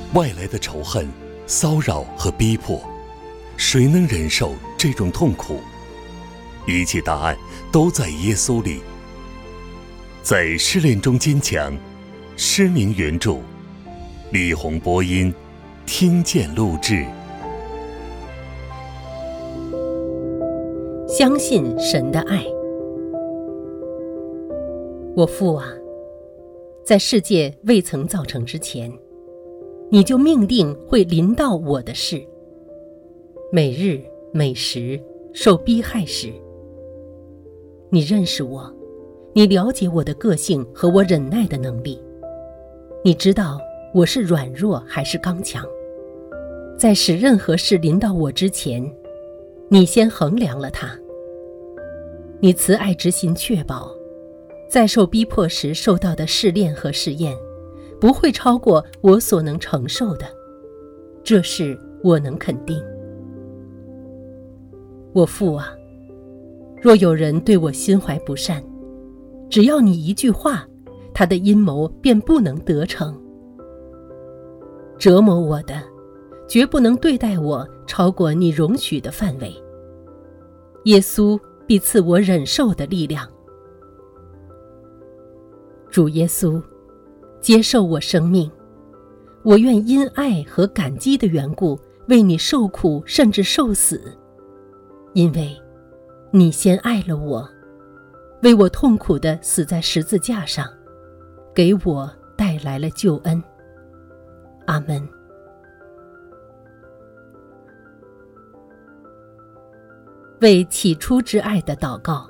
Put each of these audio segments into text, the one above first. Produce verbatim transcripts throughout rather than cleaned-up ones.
外来的仇恨、骚扰和逼迫，谁能忍受这种痛苦？一切答案都在耶稣里。在失恋中坚强，诗明原著，李红播音，听见录制。 相信神的爱。我父啊，在世界未曾造成之前，你就命定会临到我的事。每日每时受逼害时，你认识我，你了解我的个性和我忍耐的能力，你知道我是软弱还是刚强。在使任何事临到我之前，你先衡量了它。你慈爱之心确保，在受逼迫时受到的试炼和试验，不会超过我所能承受的，这事我能肯定。我父啊，若有人对我心怀不善，只要你一句话，他的阴谋便不能得逞。折磨我的，绝不能对待我超过你容许的范围。耶稣必赐我忍受的力量。主耶稣，接受我生命，我愿因爱和感激的缘故为你受苦甚至受死，因为你先爱了我，为我痛苦地死在十字架上，给我带来了救恩。阿们。为起初之爱的祷告。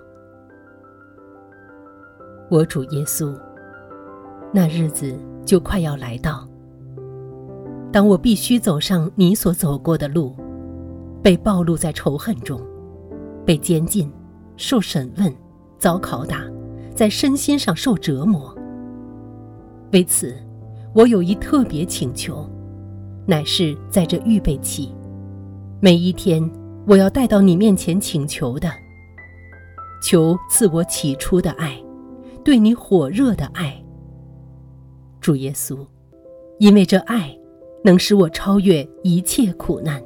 我主耶稣，那日子就快要来到，当我必须走上你所走过的路，被暴露在仇恨中，被监禁，受审问，遭拷打，在身心上受折磨。为此，我有一特别请求，乃是在这预备期，每一天我要带到你面前请求的，求赐我起初的爱，对你火热的爱。主耶稣，因为这爱能使我超越一切苦难。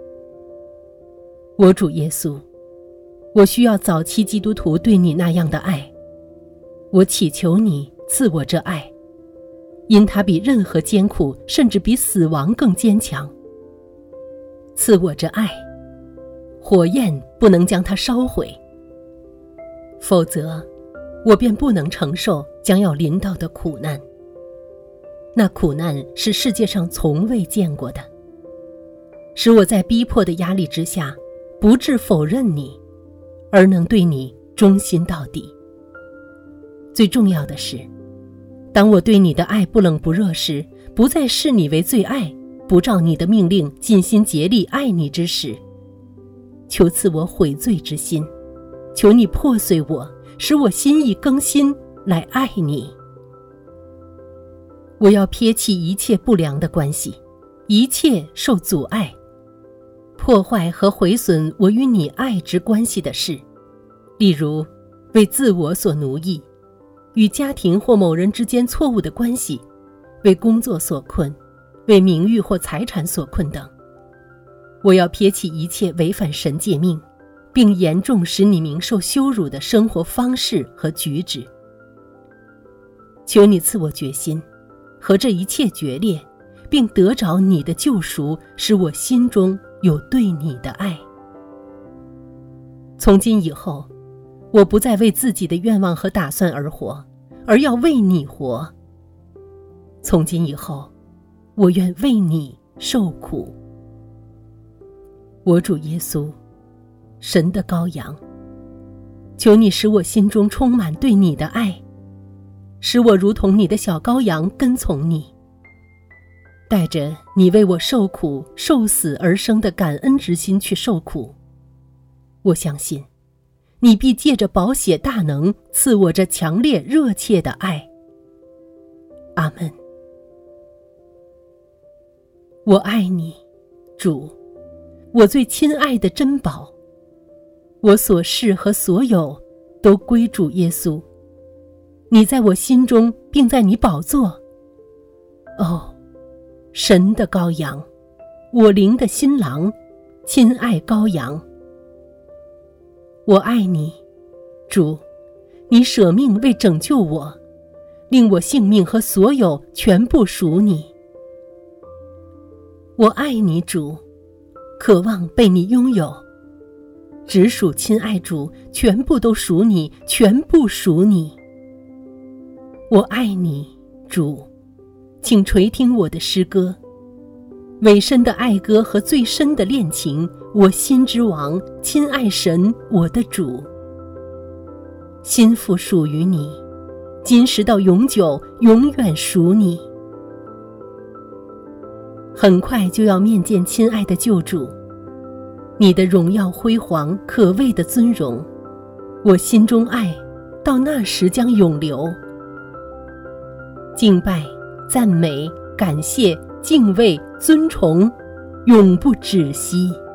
我主耶稣，我需要早期基督徒对你那样的爱，我祈求你赐我这爱，因它比任何艰苦，甚至比死亡更坚强。赐我这爱，火焰不能将它烧毁，否则我便不能承受将要临到的苦难。那苦难是世界上从未见过的，使我在逼迫的压力之下，不致否认你，而能对你忠心到底。最重要的是，当我对你的爱不冷不热时，不再视你为最爱，不照你的命令尽心竭力爱你之时，求赐我悔罪之心，求你破碎我，使我心意更新，来爱你。我要撇弃一切不良的关系，一切受阻碍、破坏和毁损我与你爱之关系的事，例如为自我所奴役，与家庭或某人之间错误的关系，为工作所困，为名誉或财产所困等。我要撇弃一切违反神诫命，并严重使你名受羞辱的生活方式和举止。求你赐我决心，和这一切决裂，并得着你的救赎，使我心中有对你的爱。从今以后，我不再为自己的愿望和打算而活，而要为你活。从今以后，我愿为你受苦。我主耶稣，神的羔羊，求你使我心中充满对你的爱，使我如同你的小羔羊跟从你，带着你为我受苦受死而生的感恩之心去受苦。我相信你必借着宝血大能赐我这强烈热切的爱。阿们。我爱你，主，我最亲爱的珍宝，我所事和所有都归主耶稣。你在我心中，并在你宝座。哦， 神的羔羊，我灵的新郎，亲爱羔羊。我爱你，主，你舍命为拯救我，令我性命和所有全部属你。我爱你，主，渴望被你拥有，只属亲爱主，全部都属你，全部属你。我爱你，主，请垂听我的诗歌，委身的爱歌和最深的恋情，我心之王，亲爱神，我的主。心腹属于你，今时到永久，永远属你。很快就要面见亲爱的救主，你的荣耀辉煌，可畏的尊荣，我心中爱，到那时将永留。敬拜、赞美、感谢、敬畏、尊崇，永不止息。